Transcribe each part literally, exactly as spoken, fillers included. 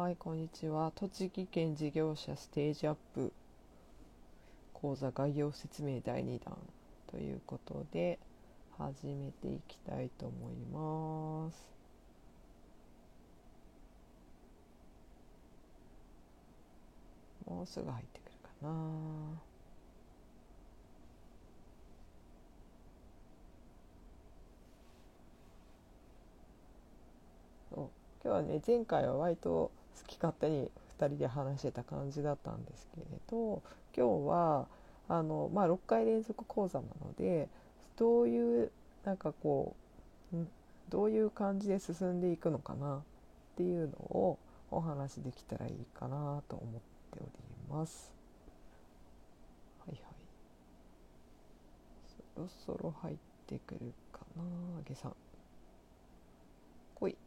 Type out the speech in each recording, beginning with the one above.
はい、こんにちは。栃木県事業者ステージアップ講座概要説明だいにだんということで始めていきたいと思います。もうすぐ入ってくるかな。そう今日はね、前回は割と好き勝手にふたりで話してた感じだったんですけれど、今日はあの、まあ、ろっかい連続講座なので、どういうなんかこうんどういう感じで進んでいくのかなっていうのをお話しできたらいいかなと思っております。はいはい。そろそろ入ってくるかな。あげさん。来い。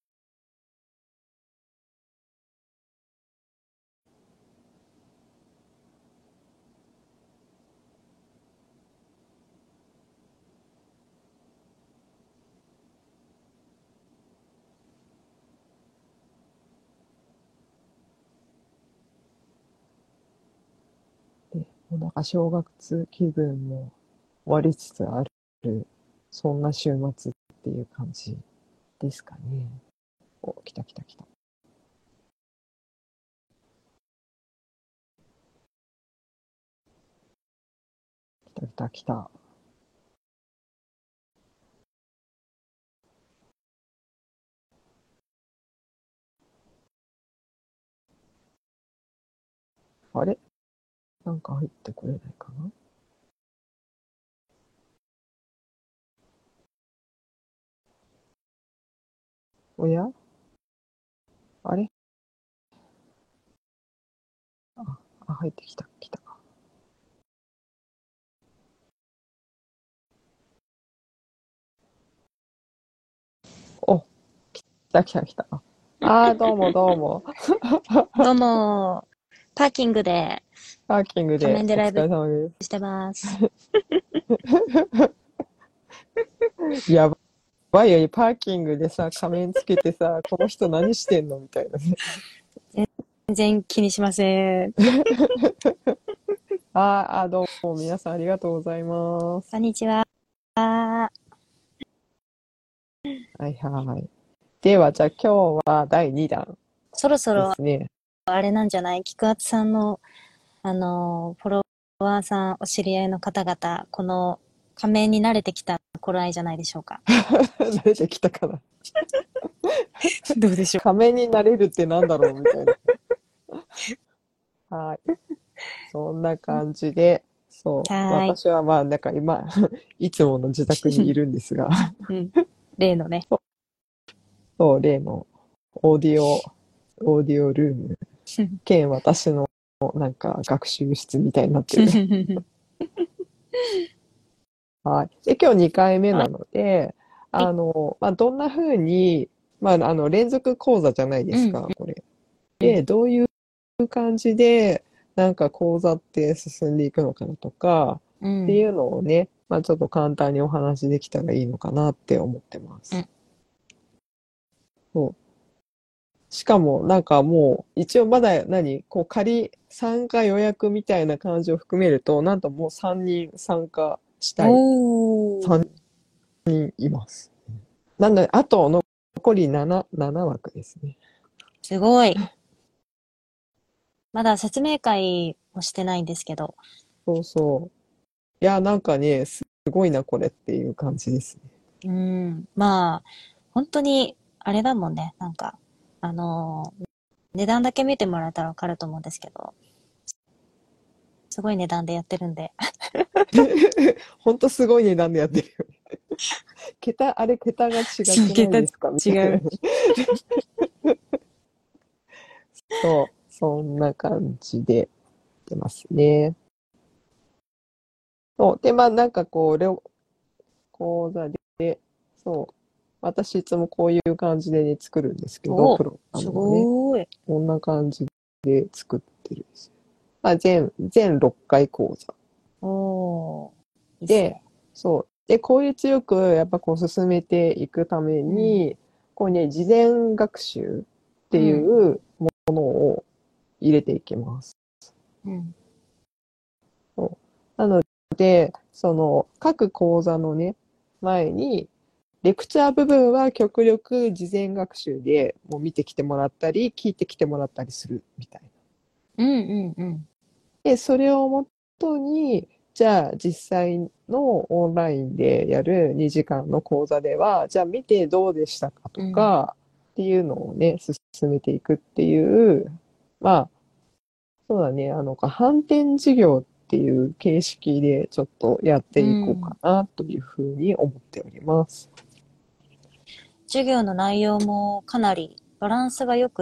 で、もうなんか正月気分も終わりつつある、そんな週末っていう感じですかね。お、来た来た来た。来た来た来た。あれなんか入ってこれないかな。おやあれあ、あ、入ってきた、来た。お、来た来た来た。あー、どうもどうも。 どうも、パーキングでパーキング仮でお疲面でライブれ様でしてます。 す。やばいよ、パーキングでさ、仮面つけてさ、この人何してんのみたいなね。 全然気にしません。 あーあー、どうも皆さんありがとうございます。 こんにちは。 はいはい。では、じゃあ今日はだいにだんそろそろですね。 あれなんじゃない？菊圧さんの、あの、フォロワーさん、お知り合いの方々、この仮面に慣れてきた頃合いじゃないでしょうか。 慣れてきたかな。 どうでしょ仮面になれるってなんだろうみたいな。はい。そんなう。 感じで、そう。 はーい。 私はまあ、なんか今、いつもの自宅にいるんですが、 うん。例のね。 そう、例のオーディオ、オーディオルーム兼私のなんか学習室みたいになってる。はい。で、今日にかいめはい。 なので、あの、まあ、どんな風に、まあ、あの、連続講座じゃないでうん、 すか、これ。 うん、 で、どういう感じで、なんか講座って進んでいくのかなとか、 うん、 っていうのをね、まあ、ちょっと簡単にお話できたらいいのかなって思ってます。 うん。 そう。しかも、なんかもう、一応まだ何、こう仮参加予約みたいな感じを含めると、なんともうさんにん参加したい3 おー。 人います。なので、あとの残りなな、なな枠ですね。 すごい。まだ説明会もしてないんですけど。 そうそう。いや、なんかね、すごいな、これっていう感じですね。 うん。まあ、本当に、あれだもんね。なんか、あのー値段だけ見てもらえたらわかると思うんですけど、すごい値段でやってるんで。 ほんとすごい値段でやってるよね。桁、あれ、桁が違くない桁違ですかみたいなう。 ね。そう、そんな感じで出ますね。そう。で、まあ、なんかこう、レオ講座で、そう。私いつもこういう感じでね、作るんですけど、 お、 プログラすムをね。 ごーい。 こんな感じで作ってるんですよ。まあ、全、全ろっかい講座。 おー、いいっすで、 ね。 そう。で、効率よくやっぱこう進めていくためうん、 に、こうね、事前学習っていうん、 う入れていきます。 うん。 そうなので、その各講座のね、前に、レクチャー部分は極力事前学習でもう見てきてもらったり、聞いてきてもらったりするみたいな。 うんうんうん。 で、それをもとに、じゃあ実際のオンラインでやるにじかんの講座では、じゃあ見てどうでしたかとうん。 かっていうのをね、進めていくっていう、まあ、そうだね、あの、反転授業っていう形式でちょっとやってういこうかん。 なというふうに思っております。 授業の内容もかなりバランスが良くって、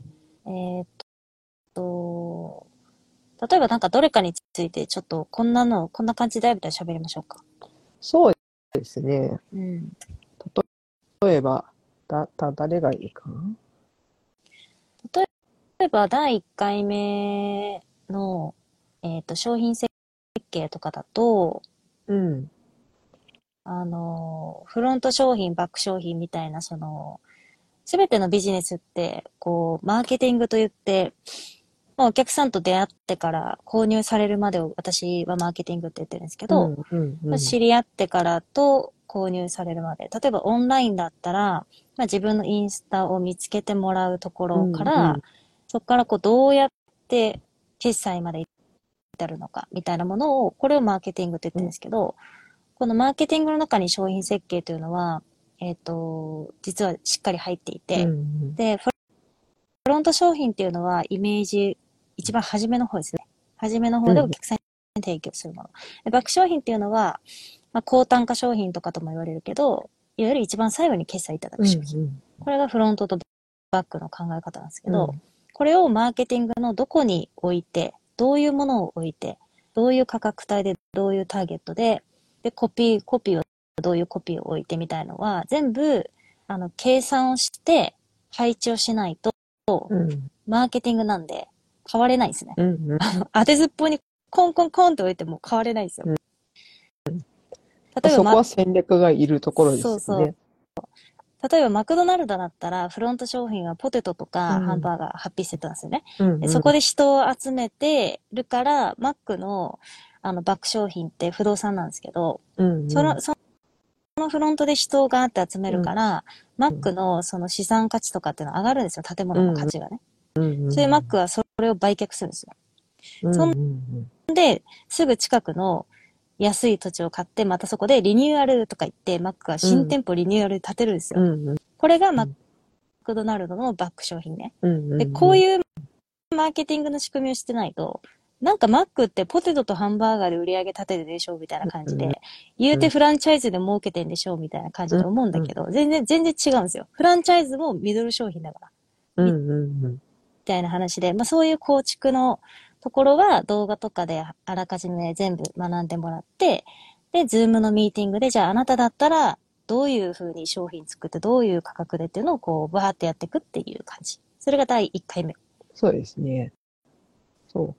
えーっと、例えばなんかどれかについてちょっとこんなの、こんな感じだよみたいな喋りましょうか。 そうですね。 うん。 例えば、だ、だ、誰がいいかな。 例えばだいいっかいめの、えーっと、商品設計とかだと、 うん。 あの、フロント商品、バック商品みたいな、その、すべてのビジネスって、こう、マーケティングといって、まあ、お客さんと出会ってから購入されるまでを私はマーケティングって言ってるんですけど、 うん、うん、うまあ、 ん。 知り合ってからと購入されるまで。例えばオンラインだったら、まあ、自分のインスタを見つけてもらうところかうん、うら、 ん。 そこからこうどうやって決済まで至るのかみたいなものを、これをマーケティングって言ってるんうん、 ですけど、このマーケティングの中に商品設計というのは、えっと、実はしっかり入っていうて、 ん。 で、フロント商品っていうのはイメージ、一番初めの方ですね。初めの方でおうん、 客さんに提供するもの。でバック商品っていうのは、まあ、高単価商品とかとも言われるけど、いわゆる一番最後に決済いただうん、 く商品。 うん。 これがフロントとバックの考え方なんですけど、 うん、 これをマーケティングのどこに置いて、どういうものを置いて、どういう価格帯で、どういうターゲットで、で、コピー、コピーを、どういうコピーを置いてみたいのは、全部、あの、計算をして、配置をしないと、 うん、 マーケティングなんで、変われないんですね。 うん、うん。 当てずっぽうにコンコンコンって置いても変われないんですよ。例えば、ま、 そこは戦略がいるところでそうそう。 すよね。 例えばマクドナルドだったら、フロント商品はポテトとかハンうん、 バーガー、ハッピーセットなんですよね。 うん、 でうん、 そこで人を集めてるから、マックのあのバック商品って不動産なんですけど、 うん、うん、 その、そのフロントで人があって集めうん、 るから、マックのその資産価値とかっていうのは上がるんですよ。建物の価うん、 値がね。 うん、 それでマックはそれを売却するんですよ。 うん、 そんうん、 で、すぐ近くの安い土地を買って、またそこでリニューアルとか言って、マックがうん、 新店舗リニューアル建てるんですよ。 うん、 これがマクドナルドのバック商品ね。 うん、 で、 うん、 こういうマーケティングの仕組みをしてないと、なんかマックってポテトとハンバーガーで売り上げ立てるでしょみたいな感じで、言うてフランチャイズで儲けてんでしょみたいな感じで思うんだけど、全然、全然違うんですよ。フランチャイズもミドル商品だから。みたいな話で、まあそういう構築のところは動画とかであらかじめ全部学んでもらって、で、ズームのミーティングで、じゃああなただったら、どういう風に商品作って、どういう価格でっていうのをこう、バーってやっていくっていう感じ。それがだいいっかいめ。 そうですね。そう。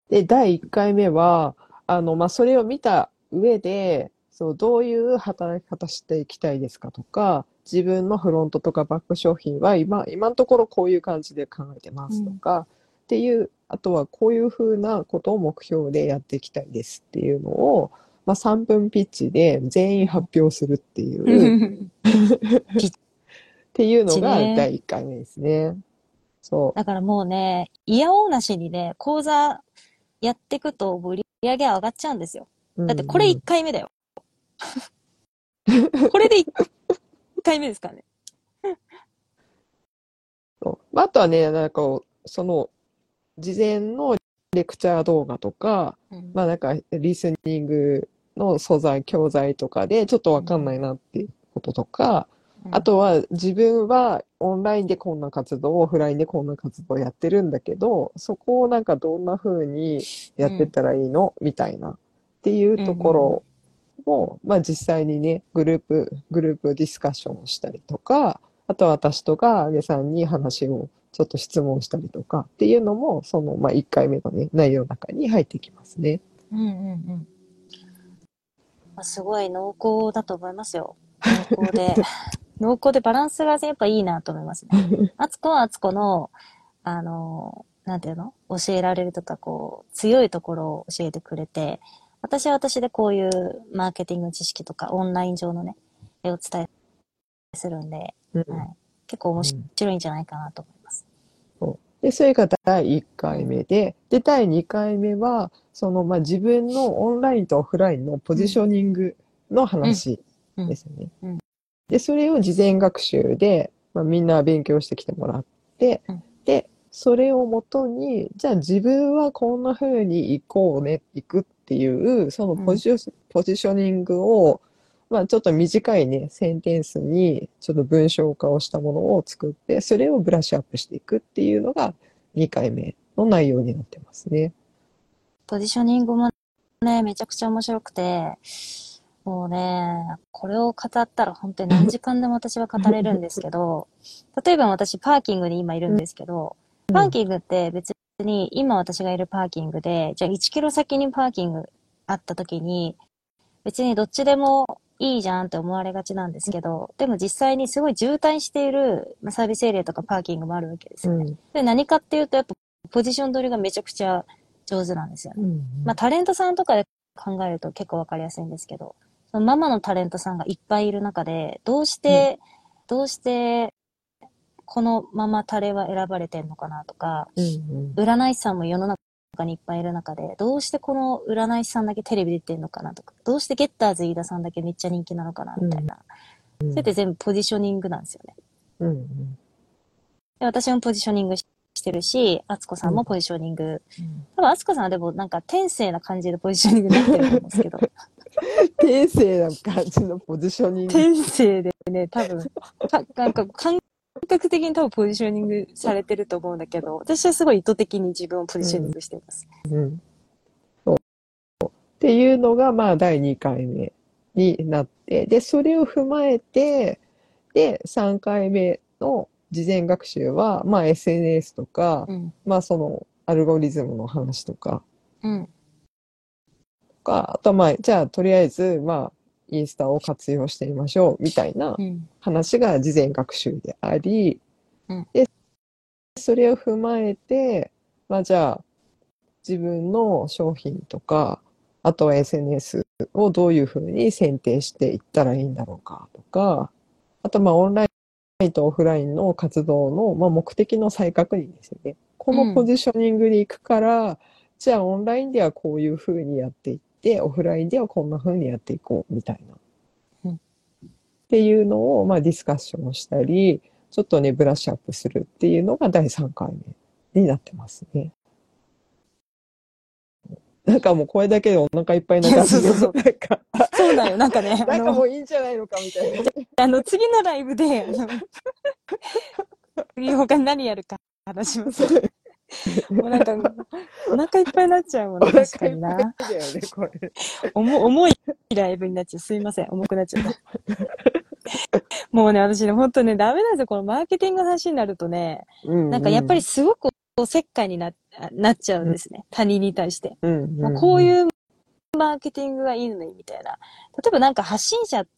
で、だいいっかいめは、あの、まあ、それを見た上で、そう、どういう働き方していきたいですかとか、自分のフロントとかバック商品は今、今のところこういう感じで考えてまうん。 すとか、っていう、あとはこういうふうなことを目標でやっていきたいですっていうのを、まあ、さんぷんピッチで全員発表するっていう、っピッていうのがだチね。 いいっかいめですね。そだからもうね、いやおうなしにね、講座やっていくと売り上げ上がっちゃうんですよ。 う。うだってこれ1 んうん。 回目だよ。これでいっかいめですからね。 そう。あとはね、なんかこう、その、事前のレクチャー動画とか、 うん。 まあなんかリスニングの素材、教材とかでちょっとわかんないうん。 なっていうこととか、 うん。 あとは自分はオンラインでこんな活動、オフラインでこんな活動やってるんだけど、そこをなんかどんな風にやってっうん。 たらいいのみたいなっていううん。 とうん。 ころを、まあ実際にね、グループ、グループディスカッションをしたりとか、あとは私とか、あげさんに話をちょっと質問したりとかっていうのも、その、まあいっかいめのね、内容の中に入ってきますね。 うん。うん。うん。まあ、すごい濃厚だと思いますよ。濃厚で。濃厚でバランスがやっぱいいなと思いますね。あつこはあつこの、あの、 なんていうの教えられるとか、こう、強いところを教えてくれて、私は私でこういうマーケティング知識とか、オンライン上のね、お伝えするんで、 うんはい、結構面白いんじゃないかなと思います。 そうで、それがだいいっかいめで、で、だいにかいめは、その、まあ、自分のオンラインとオフラインのポジショニングの話うん。 ですね。 うん。 で、それを事前学習で、まあ、みんな勉強してきてもらって、 うん。 で、それをもとに、じゃあ自分はこんな風に行こうね、行くっていう、そのポジショ、ポジショニングを、まあちょっと短いね、センテンスにちょっと文章化をしたものを作って、それをブラッシュアップしていくっていうのがにかいめの内容になってますね。 ポジショニングもね、めちゃくちゃ面白くて、もうね、これを語ったら本当に何時間でも私は語れるんですけど、例えば私パーキングに今いるんですけど、パーキングって別に今私がいるパーキングで、じゃあいちキロ先にパーキングあった時に、別にどっちでもいいじゃんって思われがちなんですけど、でも実際にすごい渋滞しているサービスエリアとかパーキングもあるわけですよね。 うんで、何かっていうとやっぱポジション取りがめちゃくちゃ上手なんですよね。 うんまあタレントさんとかで考えると結構わかりやすいんですけど、そのママのタレントさんがいっぱいいる中で、どうして、どうしてこのママタレは選ばれてんのかなとか、 うん占い師さんも世の中にいっぱいいる中で、どうしてこの占い師さんだけテレビ出てんのかなとか、どうしてゲッターズ飯田さんだけめっちゃ人気なのかなみたいな。それって全部ポジショニングなんですよね。 うんうんで私もポジショニングしてるし、あつこさんもポジショニング。 うん多分あつこさんはでもなんか天性な感じでポジショニングになってると思うんですけど。 天性な感じのポジショニング。 天性でね、多分、かなんか感覚的に多分ポジショニングされてると思うんだけど、私はすごい意図的に自分をポジショニングしています。 うんうんっていうのが、まあ、だいにかいめになって、で、それを踏まえて、で、さんかいめの事前学習は、まあ、エスエヌエス とか、 うん。 まあ、その、アルゴリズムの話とか、 うん。 か、あとはまあ、じゃあ、とりあえず、まあ、インスタを活用してみましょう、みたいなうん。 話が事前学習であり、 うん。 で、それを踏まえて、まあ、じゃあ、自分の商品とか、あとは エスエヌエス をどういうふうに選定していったらいいんだろうかとか、あとまあオンラインとオフラインの活動の、まあ、目的の再確認ですよね。このポジショニングに行くから、うん、じゃあオンラインではこういうふうにやっていって、オフラインではこんなふうにやっていこうみたいな。 うん、 っていうのを、まあ、ディスカッションしたり、ちょっとね、ブラッシュアップするっていうのがだいさんかいめになってますね。なんかもうこれだけでお腹いっぱいな感じの。 そうそうそう。なんかそうなんよ。なんかね。 なんかもういいんじゃないのかみたいな。 あの、次のライブで、あの、次他に何やるか話します。もうなんか、お腹いっぱいになっちゃうもんね。確かにな。 だよね、これ。 重重いライブになっちゃう。すいません。重くなっちゃった。もうね、私ね、ほんとね、ダメなんですよ。このマーケティングの話になるとね、うんうん、なんかやっぱりすごくおせっかいにななっちゃうんですね。うん、他人に対して。うんうんうん、もうこういうマーケティングがいいのに、みたいな。例えばなんか発信者って、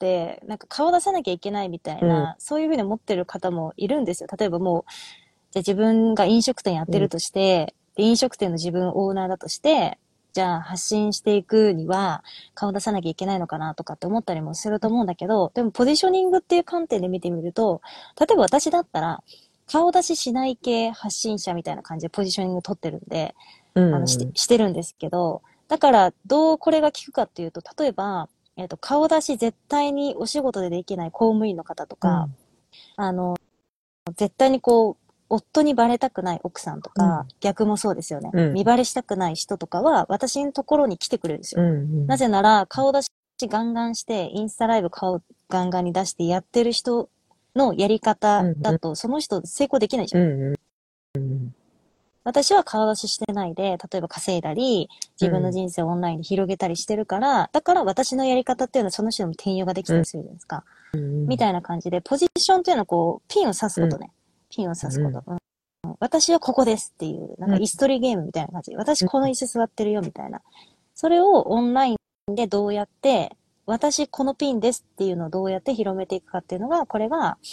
なんか顔出さなきゃいけないみたいな、うん、そういうふうに思ってる方もいるんですよ。例えばもう、じゃあ自分が飲食店やってるとして、うん、飲食店の自分オーナーだとして、じゃあ発信していくには顔出さなきゃいけないのかなとかって思ったりもすると思うんだけど、でもポジショニングっていう観点で見てみると、例えば私だったら顔出ししない系発信者みたいな感じでポジショニング取ってるんで、うん、あのし、してるんですけど、だからどうこれが効くかっていうと、例えば、えっと、顔出し絶対にお仕事でできない公務員の方とか、うん、あの、絶対にこう、夫にバレたくない奥さんとか、うん、逆もそうですよね、うん。見バレしたくない人とかは、私のところに来てくれるんですよ。うんうん、なぜなら、顔出しガンガンして、インスタライブ顔ガンガンに出してやってる人のやり方だと、うんうん、その人成功できないじゃん。うんうん、私は顔出ししてないで、例えば稼いだり、自分の人生をオンラインで広げたりしてるから、だから私のやり方っていうのはその人にも転用ができたりするじゃないですか。うん、みたいな感じで、ポジションっていうのはこう、ピンを刺すことね。うん、ピンを刺すこと。うん、私はここですっていう、なんか椅子取りゲームみたいな感じで、私この椅子座ってるよみたいな。それをオンラインでどうやって、私このピンですっていうのをどうやって広めていくかっていうのが、これが、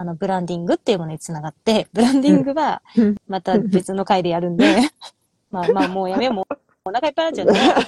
あの、ブランディングっていうものにつながって、ブランディングは、また別の回でやるんで、まあまあ、もうやめよう、もう、お腹いっぱいになっちゃって。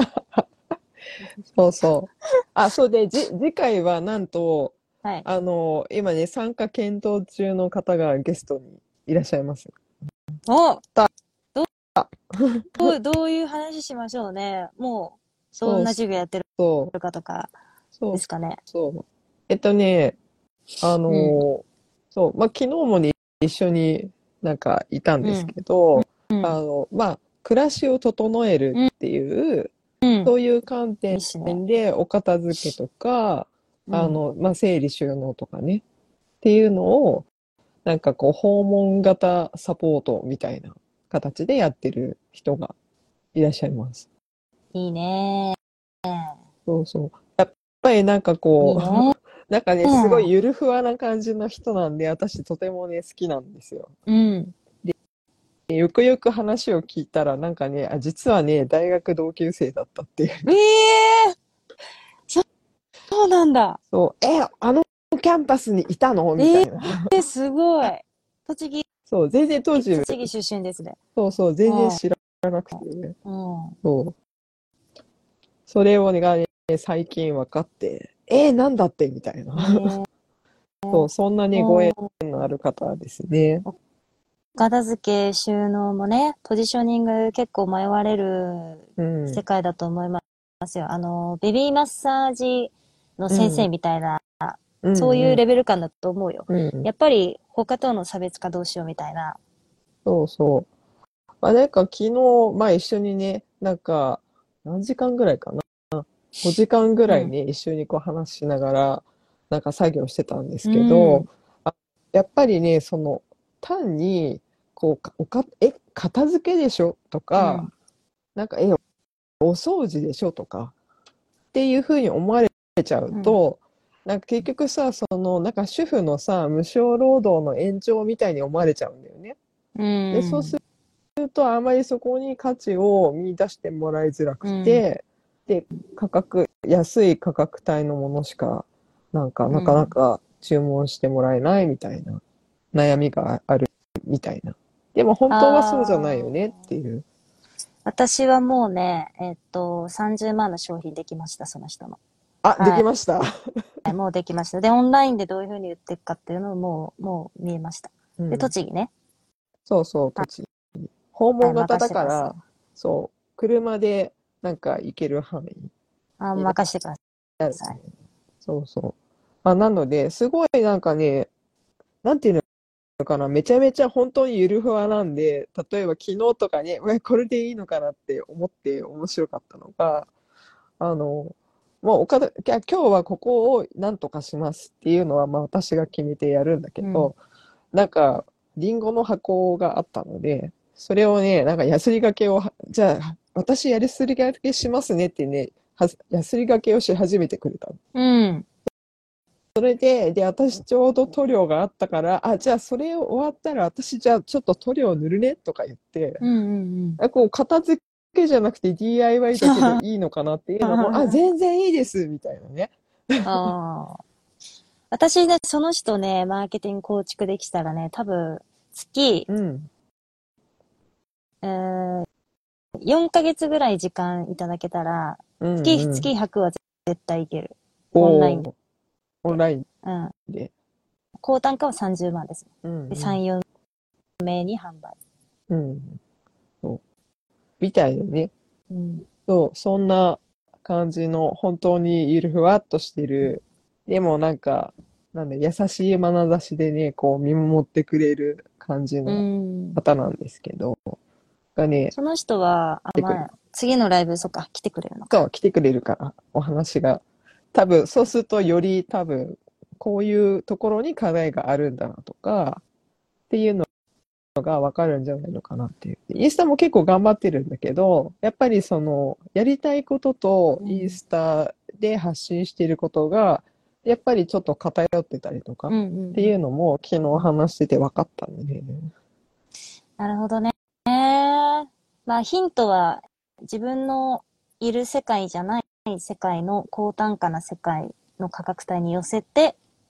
そうそう。あ、そうで、じ、次回はなんと、 はい。 あの、今ね、参加検討中の方がゲストにいらっしゃいます。 おた、 どう、どういう話しましょうね。もう、どんそうな授業やってそう、 るかとかそうですかね。 そう。えっとね、あうん、 の、そう、まあ、昨日もね、一緒になんかいたんですうん、 けど、 うん、 あの、まあ、暮らしを整えるうん、 っていう、 うん。 そういう観点いいっすね。 でお片付けとか、 うん。 あの、まあ、整理収納とかね、っていうのを、なんかこう、訪問型サポートみたいな形でやってる人がいらっしゃいます。 いいね。 そうそう。やっぱりなんかこう、 いいね。 なんかね、すごいゆるふわな感じの人なんで、私とてもね、好きなんですよ。 うん。 でよくよく話を聞いたら、なんかね、あ、実はね、大学同級生だったっていう。 ええー、そそうなんだ。 そう、え、あのキャンパスにいたのみたええいな。 ー、すごい。栃木、 そう、全然当時、 栃木出身ですね。 そうそう、全然うん。 知らなくてね。 うん。 そう。それをね、がね最近分かって、えー、なんだってみたいな。 ええそう、そんなね、ご縁ー、 のある方ですね。 お片付け収納もね、ポジショニング結構迷われるうん。 世界だと思いますよ。あの、ベビーマッサージのうん。 先生みたいな、そういううん。 レベル感だと思うよ。 うん。 やっぱり他との差別化どうしようみたいな。 そうそう。まあ、なんか昨日、まあ一緒にね、なんか、何時間ぐらいかな。ごじかんぐうん。 らいね、一緒にこう話しながら、なんか作業してたんですうけど、 ん。 あ、やっぱりね、その、単に、こう、かおか、え、片付けでしょとか、 うん。 なんか、え、お掃除でしょとか、っていうふうに思われちゃううん。 と、なんか結局さ、その、なんか主婦のさ、無償労働の延長みたいに思われちゃうんだよね。 うで、そうすん。 ると、あまりそこに価値を見出してもらいづらくうん。 て、で、価格、安い価格帯のものしか、なんか、なかなうん。 か注文してもらえないみたいな悩みがあるみたいな。でも本当はそうじゃないよねってああ。 いう。 私はもうね、えっと、さんじゅうまんの商品できました、その人の。 あ、できはました。 い、もうできました。で、オンラインでどういうふうに売っていくかっていうのも、もう、もう見えました。で、 うん。 栃木ね。 そうそう、土地。訪はい、 問型任せてください。 だから、そう、車でなんか行ける範囲あ、 に任せてくだなる。 さい。 そうそう。まあ、なので、すごいなんかね、なんていうのかな、めちゃめちゃ本当にゆるふわなんで、例えば昨日とかに、え、これでいいのかなって思って面白かったのが、あの、もう岡田、いや今日はここを何とかしますっていうのは、まあ私が決めてやるんだけうん。 ど、なんか、リンゴの箱があったので、それをね、なんかやすりがけを、じゃあ、私やりすりがけしますねってね、はずやすりがけをし始めてくれたの。 うん。 それで、で、私ちょうど塗料があったから、あ、じゃあそれ終わったら私じゃあちょっと塗料塗るねとか言って、 うんうんうん。 あ、こう片付けじゃなくて ディーアイワイ だけでいいのかなっていうのも、あ、全然いいですみたいなね。 ああ。私ね、その人ね、マーケティング構築できたらね、多分、月、 うん。 えー、よんかげつぐらい時間いただけたら、 うん月、 うん。 月ひゃくは絶対いける。オンラインおー、オンで。 ラインうん。 で。 高単価はさんじゅうまんです。で、 うんうん。 さん、よん名に販売。 うん。そう。みたいなね。 うん。 そう、そんな感じの、本当にゆるふわっとしてる、でもなんか、なんだ、優しい眼差しでね、こう見守ってくれる感じうのん。 方なんですけど、がね、 その人は、あ、 来てくれる。 まあ、次のライブ、そっか、来てくれるのか。 そう、来てくれるから、お話が。多分、そうするとより多分、こういうところに課題があるんだなとか、っていうのがわかるんじゃないのかなっていう。インスタも結構頑張ってるんだけど、やっぱりその、やりたいこととインうん。 スタで発信していることが、やっぱりちょっと偏ってたりとかっうんうんてうん。 いうのも昨日話してて分かったので、 なるほどね。まあ、ヒントは、自分のいる世界じゃない世界の高単価な世界の価格帯に寄せて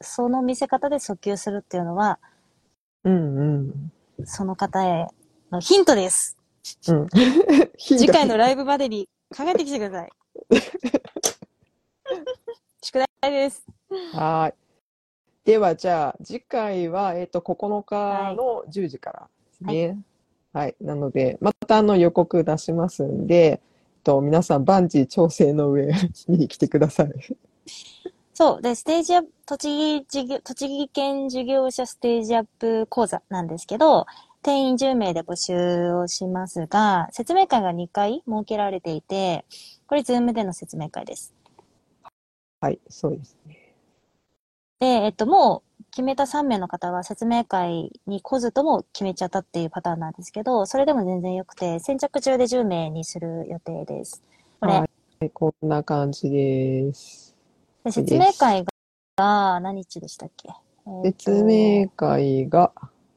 その見せ方で訴求するっていうのは、 うんうんその方へのヒントです。 うん。 次回のライブまでに考えてきてください。宿題です。 はい。では、じゃあ、次回は、えっと、ここのかのじゅうじからですね。はい。はい、なので、またあの予告出しますんで、えっと、皆さん、バンジー調整の上、見に来てください。 そう。で、ステージアップ、栃木事業、栃木県事業者ステージアップ講座なんですけど、定員じゅうめいで募集をしますが、説明会がにかい設けられていて、これズームでの説明会です。 はい、そうですね。 で、えっと、もう決めたさんめいの方は説明会に来ずとも決めちゃったっていうパターンなんですけど、それでも全然良くて、先着中でじゅうめいにする予定です。これ。 はい、こんな感じです。 で説明会が何日でしたっけ？えー、 説明会が、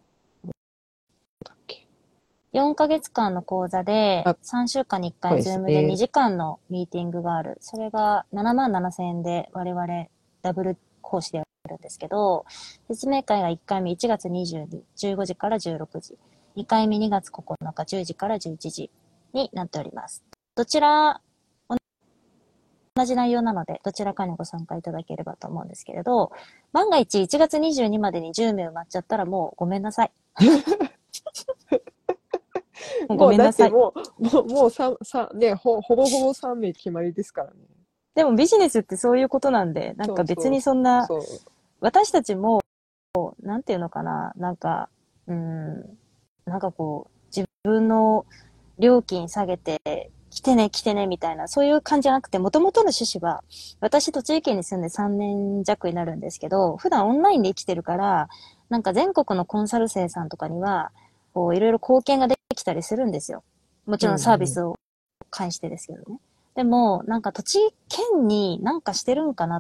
よんかげつかんの講座で、さんしゅうかんにいっかいズームでにじかんのミーティングがある。それがななまんななせんえんで我々ダブル講師でやるんですけど、説明会がいっかいめいちがつにじゅうににち、じゅうごじからじゅうろくじ。にかいめにがつここのかじゅうじからじゅういちじになっております。どちら、同じ内容なので、どちらかにご参加いただければと思うんですけれど、万が一いちがつにじゅうにまでにじゅうめい埋まっちゃったらもうごめんなさい。ごめんなさい。 もうだってもう、もう、もうさ、さ、ね、ほ、ほぼほぼさんめい決まりですからね。 でもビジネスってそういうことなんで、なんか別にそんな、 そうそうそう私たちも、なんていうのかな、なんか、うん、なんかこう、自分の料金下げて、来てね、来てね、みたいな、そういう感じじゃなくて、もともとの趣旨は、私、栃木県に住んでさんねん弱になるんですけど、普段オンラインで生きてるから、なんか全国のコンサル生さんとかには、こう、いろいろ貢献ができたりするんですよ。もちろんサービスを介してですけどね。でも、なんか栃木県になんかしてるんかなって、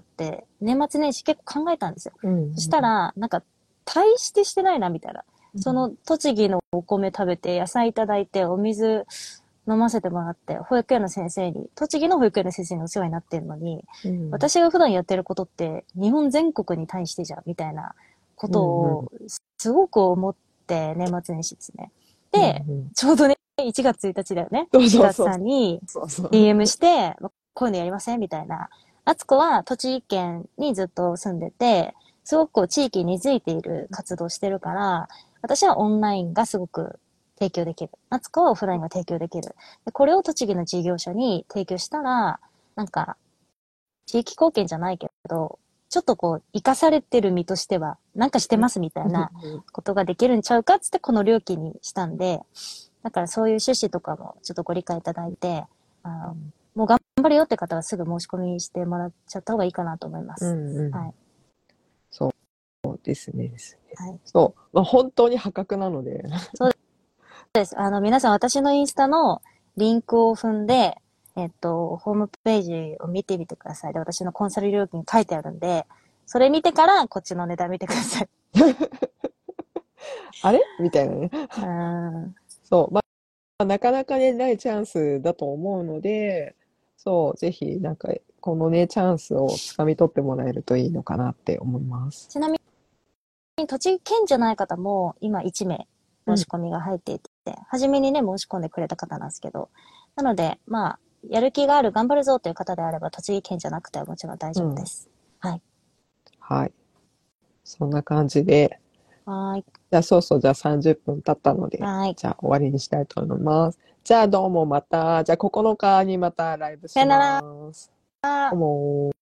年末年始結構考えたんですよ。 うんうん、 そしたら、なんか、大してしてないな、みたいな。その、栃木のお米食べて、野菜いただいて、お水飲ませてもらって、保育園の先生に、栃木の保育園の先生にお世話になってるのに、うん、私が普段やってることって、日本全国に対してじゃん、みたいなことを、すごく思って、年末年始ですね。で、うんうん、ちょうどね、いちがつついたちだよね。いちがつさんに ディーエム して、こういうのやりませんみたいな。あつこは栃木県にずっと住んでて、すごくこう地域に根付いている活動してるから、私はオンラインがすごく提供できる。あつこはオフラインが提供できる。でこれを栃木の事業者に提供したら、なんか、地域貢献じゃないけど、ちょっとこう、生かされてる身としては、なんかしてますみたいなことができるんちゃうかっつってこの料金にしたんで、だからそういう趣旨とかもちょっとご理解いただいて、あのもう頑張るよって方はすぐ申し込みしてもらっちゃった方がいいかなと思います。うんうん、はい。 そうですねですね。 はい。 そう。まあ、本当に破格なので。 そうです。あの、皆さん私のインスタのリンクを踏んで、えっと、ホームページを見てみてください。で、私のコンサル料金書いてあるんで、それ見てからこっちの値段見てください。 あれみたいなね。 うん。 そう。まあ、なかなかね、ないチャンスだと思うので、そう、ぜひ、なんか、このね、チャンスをつかみ取ってもらえるといいのかなって思います。 ちなみに、栃木県じゃない方も、今いちめい申し込みが入っていて、うん、初めにね、申し込んでくれた方なんですけど、なので、まあ、やる気がある、頑張るぞという方であれば、栃木県じゃなくてはもちろん大丈夫です。うん、はい。 はい。そんな感じで。 はい。 じゃあ、そうそう、じゃあさんじゅっぷん経ったので、 はい。 じゃあ終わりにしたいと思います。じゃあ、どうもまた。じゃあ、ここのかにまたライブします。 さよなら。 どうも。